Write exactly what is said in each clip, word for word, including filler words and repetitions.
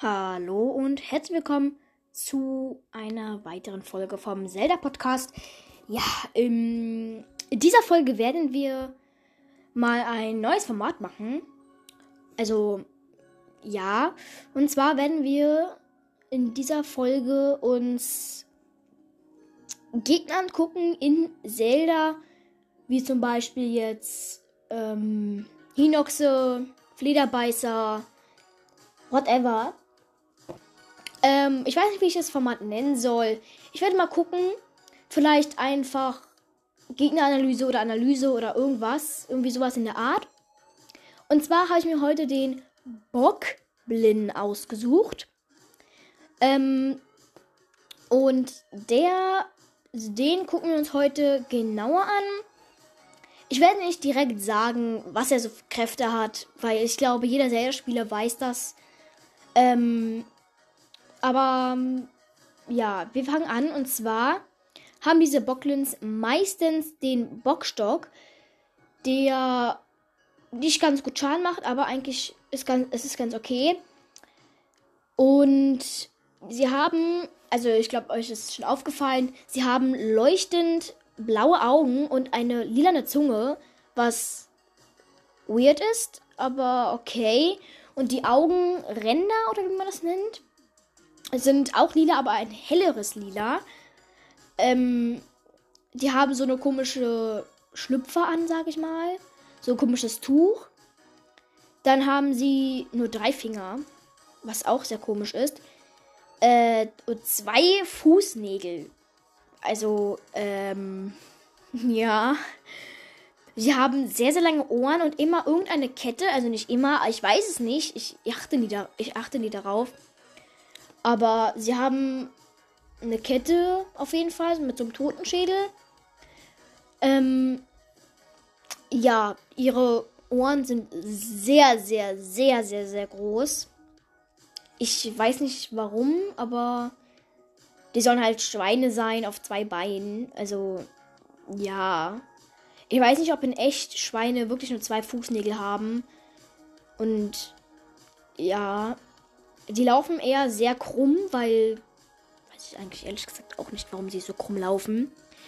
Hallo und herzlich willkommen zu einer weiteren Folge vom Zelda Podcast. Ja, in dieser Folge werden wir mal ein neues Format machen. Also, ja, und zwar werden wir in dieser Folge uns Gegner angucken in Zelda, wie zum Beispiel jetzt ähm, Hinoxe, Flederbeißer, whatever. Ähm, ich weiß nicht, wie ich das Format nennen soll. Ich werde mal gucken. Vielleicht einfach Gegneranalyse oder Analyse oder irgendwas. Irgendwie sowas in der Art. Und zwar habe ich mir heute den Bockblin ausgesucht. Ähm, und der, den gucken wir uns heute genauer an. Ich werde nicht direkt sagen, was er so für Kräfte hat, weil ich glaube, jeder Zelda-Spieler weiß das. Ähm, aber ja, wir fangen an. Und zwar haben diese Bocklins meistens den Bockstock, der nicht ganz gut Schaden macht, aber eigentlich ist ganz, es ist ganz okay. Und sie haben, also ich glaube, euch ist schon aufgefallen, sie haben leuchtend blaue Augen und eine lilane Zunge, was weird ist, aber okay. Und die Augenränder, oder wie man das nennt, sind auch lila, aber ein helleres Lila. Ähm, die haben so eine komische Schlüpfer an, sag ich mal. So ein komisches Tuch. Dann haben sie nur drei Finger, was auch sehr komisch ist. Äh, und zwei Fußnägel. Also, ähm, ja. Sie haben sehr, sehr lange Ohren und immer irgendeine Kette. Also nicht immer, ich weiß es nicht. Ich achte nie, da, ich achte nie darauf. Aber sie haben eine Kette auf jeden Fall mit so einem Totenschädel. Ähm, ja, ihre Ohren sind sehr, sehr, sehr, sehr, sehr groß. Ich weiß nicht warum, aber die sollen halt Schweine sein auf zwei Beinen. Also, ja. Ich weiß nicht, ob in echt Schweine wirklich nur zwei Fußnägel haben. Und ja, die laufen eher sehr krumm, weil, weiß ich eigentlich ehrlich gesagt auch nicht, warum sie so krumm laufen.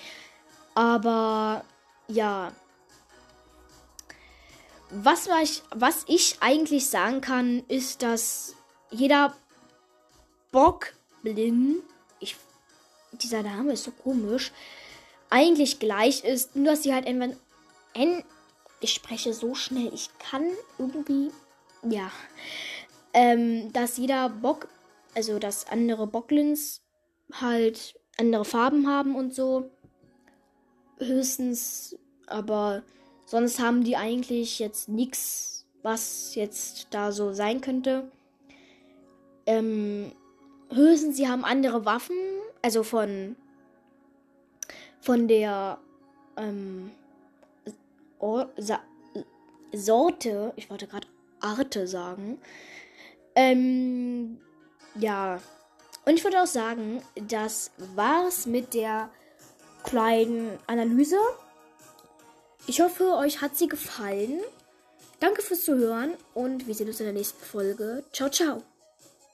Aber ja, was ich, was ich eigentlich sagen kann, ist, dass jeder Bockblin, ich, dieser Name ist so komisch, eigentlich gleich ist, nur dass sie halt entweder, en, ich spreche so schnell, ich kann irgendwie, ja, ähm, dass jeder Bock, also dass andere Bocklins halt andere Farben haben und so, höchstens, aber sonst haben die eigentlich jetzt nichts, was jetzt da so sein könnte. Ähm, höchstens, sie haben andere Waffen, also von von der ähm, Or- Sa- Sorte, ich wollte gerade Arte sagen. Ähm, ja. Und ich würde auch sagen, das war's mit der kleinen Analyse. Ich hoffe, euch hat sie gefallen. Danke fürs Zuhören und wir sehen uns in der nächsten Folge. Ciao, ciao.